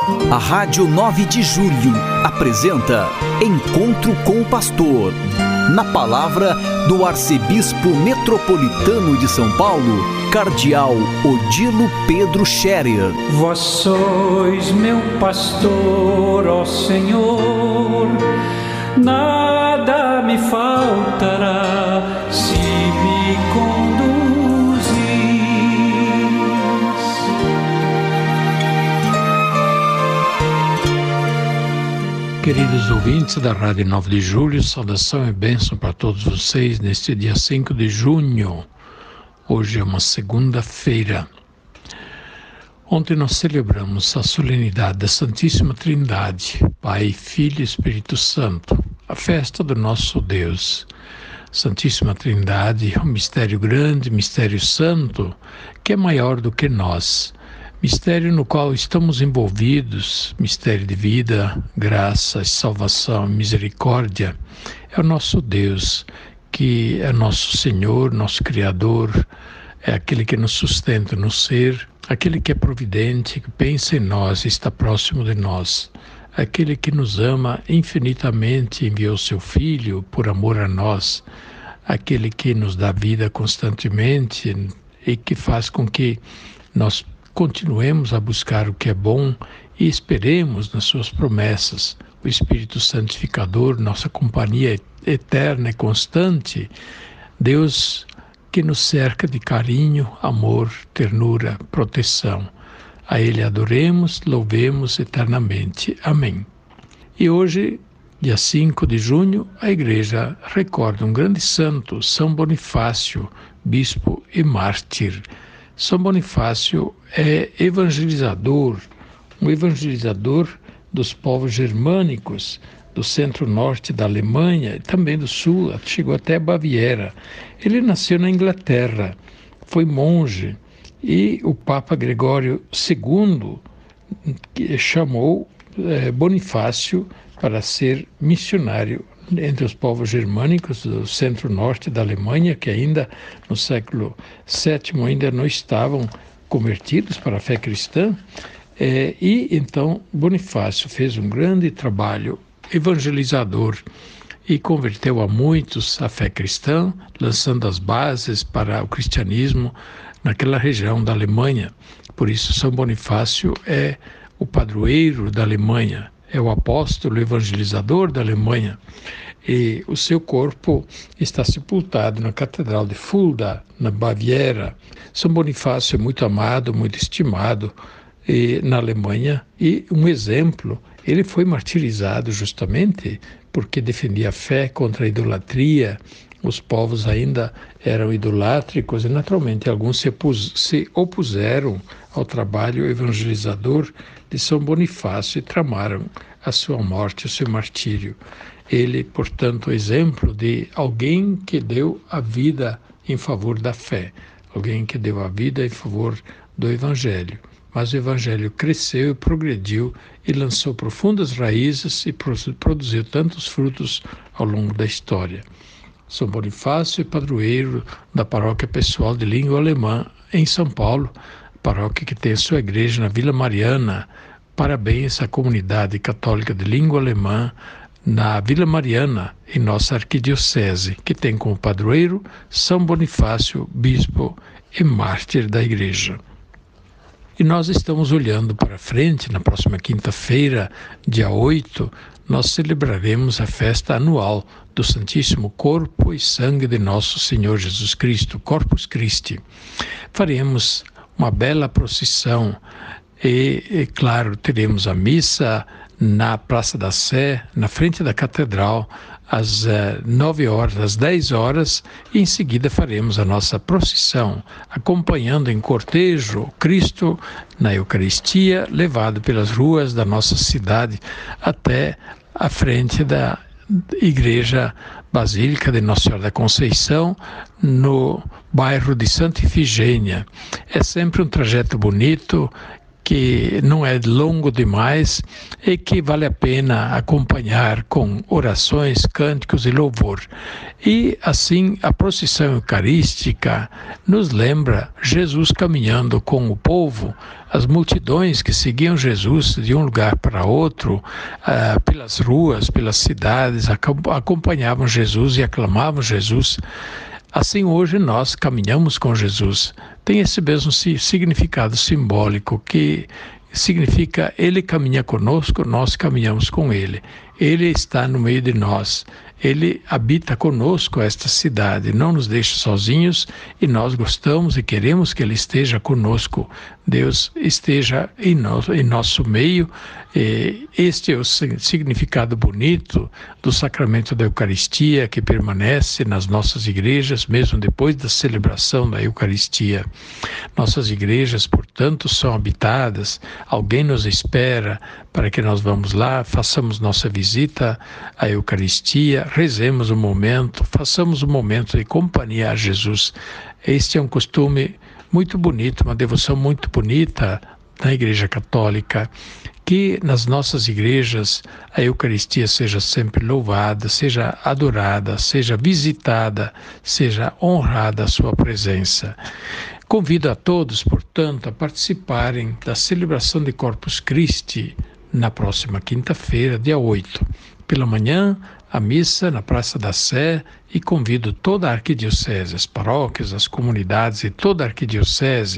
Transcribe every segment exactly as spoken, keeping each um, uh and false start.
A Rádio nove de Julho apresenta Encontro com o Pastor, na palavra do Arcebispo Metropolitano de São Paulo, Cardeal Odilo Pedro Scherer. Vós sois meu pastor, ó Senhor, nada me faltará se me conduzis. Queridos ouvintes da Rádio nove de Julho, saudação e bênção para todos vocês neste dia cinco de junho. Hoje é uma segunda-feira. Ontem nós celebramos a solenidade da Santíssima Trindade, Pai, Filho e Espírito Santo, a festa do nosso Deus. Santíssima Trindade é um mistério grande, mistério santo, que é maior do que nós. Mistério no qual estamos envolvidos, mistério de vida, graça, salvação, misericórdia. É o nosso Deus, que é nosso Senhor, nosso Criador, é aquele que nos sustenta no ser, aquele que é providente, que pensa em nós, está próximo de nós, aquele que nos ama infinitamente, enviou seu Filho por amor a nós, aquele que nos dá vida constantemente e que faz com que nós continuemos a buscar o que é bom e esperemos nas suas promessas. O Espírito Santificador, nossa companhia eterna e constante, Deus que nos cerca de carinho, amor, ternura, proteção. A Ele adoremos, louvemos eternamente. Amém. E hoje, dia cinco de junho, a Igreja recorda um grande santo, São Bonifácio, bispo e mártir. São Bonifácio é evangelizador, um evangelizador dos povos germânicos, do centro-norte da Alemanha e também do sul, chegou até a Baviera. Ele nasceu na Inglaterra, foi monge e o Papa Gregório segundo chamou eh, Bonifácio para ser missionário entre os povos germânicos do centro-norte da Alemanha, que ainda no século sétimo ainda não estavam convertidos para a fé cristã. É, e então Bonifácio fez um grande trabalho evangelizador e converteu a muitos à fé cristã, lançando as bases para o cristianismo naquela região da Alemanha. Por isso São Bonifácio é o padroeiro da Alemanha, é o apóstolo evangelizador da Alemanha. E o seu corpo está sepultado na Catedral de Fulda, na Baviera. São Bonifácio é muito amado, muito estimado e, na Alemanha, e um exemplo. Ele foi martirizado justamente porque defendia a fé contra a idolatria. Os povos ainda eram idolátricos e, naturalmente, alguns se, opus, se opuseram ao trabalho evangelizador de São Bonifácio e tramaram a sua morte, o seu martírio. Ele, portanto, é exemplo de alguém que deu a vida em favor da fé, alguém que deu a vida em favor do Evangelho. Mas o Evangelho cresceu e progrediu e lançou profundas raízes e produziu tantos frutos ao longo da história. São Bonifácio é padroeiro da paróquia pessoal de língua alemã em São Paulo, paróquia que tem sua igreja na Vila Mariana. Parabéns à comunidade católica de língua alemã na Vila Mariana, em nossa arquidiocese, que tem como padroeiro São Bonifácio, bispo e mártir da igreja. E nós estamos olhando para frente. Na próxima quinta-feira, dia oito, nós celebraremos a festa anual do Santíssimo Corpo e Sangue de Nosso Senhor Jesus Cristo, Corpus Christi. Faremos uma bela procissão e, e, claro, teremos a missa na Praça da Sé, na frente da Catedral, às eh, nove horas, às dez horas, e em seguida faremos a nossa procissão, acompanhando em cortejo Cristo na Eucaristia, levado pelas ruas da nossa cidade até a frente da Igreja Basílica de Nossa Senhora da Conceição, no bairro de Santa Ifigênia. É sempre um trajeto bonito que não é longo demais e que vale a pena acompanhar com orações, cânticos e louvor. E assim a procissão eucarística nos lembra Jesus caminhando com o povo, as multidões que seguiam Jesus de um lugar para outro, uh, pelas ruas, pelas cidades, acompanhavam Jesus e aclamavam Jesus. Assim, hoje nós caminhamos com Jesus. Tem esse mesmo significado simbólico, que significa Ele caminha conosco, nós caminhamos com Ele. Ele está no meio de nós. Ele habita conosco esta cidade, não nos deixa sozinhos e nós gostamos e queremos que Ele esteja conosco. Deus esteja em, no, em nosso meio. Este é o significado bonito do sacramento da Eucaristia, que permanece nas nossas igrejas, mesmo depois da celebração da Eucaristia. Nossas igrejas, portanto, são habitadas, alguém nos espera para que nós vamos lá, façamos nossa visita à Eucaristia, rezemos um momento, façamos um momento de companhia a Jesus. Este é um costume muito bonito, uma devoção muito bonita na Igreja Católica, que nas nossas igrejas a Eucaristia seja sempre louvada, seja adorada, seja visitada, seja honrada a sua presença. Convido a todos, portanto, a participarem da celebração de Corpus Christi na próxima quinta-feira, dia oito. Pela manhã, a missa na Praça da Sé, e convido toda a arquidiocese, as paróquias, as comunidades e toda a arquidiocese.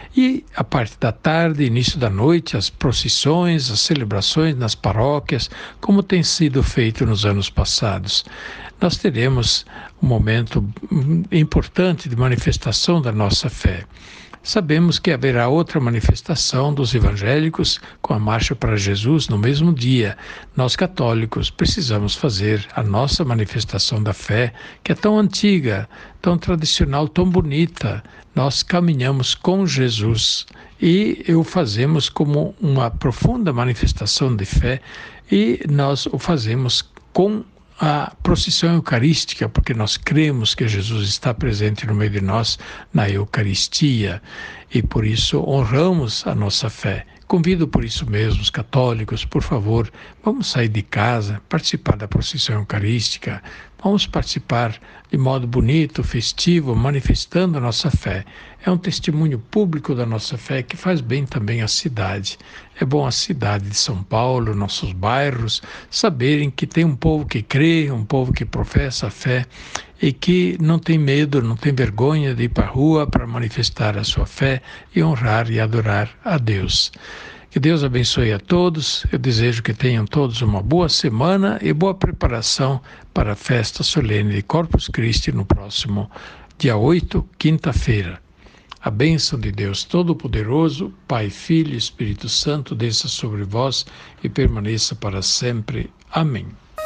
E a parte da tarde, início da noite, as procissões, as celebrações nas paróquias, como tem sido feito nos anos passados. Nós teremos um momento importante de manifestação da nossa fé. Sabemos que haverá outra manifestação dos evangélicos com a Marcha para Jesus no mesmo dia. Nós católicos precisamos fazer a nossa manifestação da fé, que é tão antiga, tão tradicional, tão bonita. Nós caminhamos com Jesus e o fazemos como uma profunda manifestação de fé, e nós o fazemos com a procissão eucarística, porque nós cremos que Jesus está presente no meio de nós na Eucaristia, e por isso honramos a nossa fé. Convido por isso mesmo os católicos, por favor, vamos sair de casa, participar da procissão eucarística, vamos participar de modo bonito, festivo, manifestando a nossa fé. É um testemunho público da nossa fé que faz bem também à cidade. É bom a cidade de São Paulo, nossos bairros, saberem que tem um povo que crê, um povo que professa a fé e que não tem medo, não tem vergonha de ir para a rua para manifestar a sua fé e honrar e adorar a Deus. Que Deus abençoe a todos. Eu desejo que tenham todos uma boa semana e boa preparação para a festa solene de Corpus Christi no próximo dia oito, quinta-feira. A bênção de Deus Todo-Poderoso, Pai, Filho e Espírito Santo, desça sobre vós e permaneça para sempre. Amém.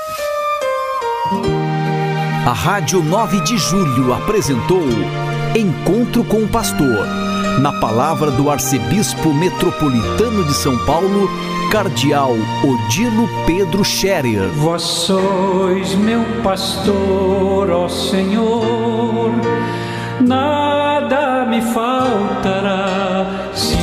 A Rádio nove de Julho apresentou Encontro com o Pastor, na palavra do Arcebispo Metropolitano de São Paulo, Cardeal Odilo Pedro Scherer. Vós sois meu pastor, ó Senhor, nada me faltará.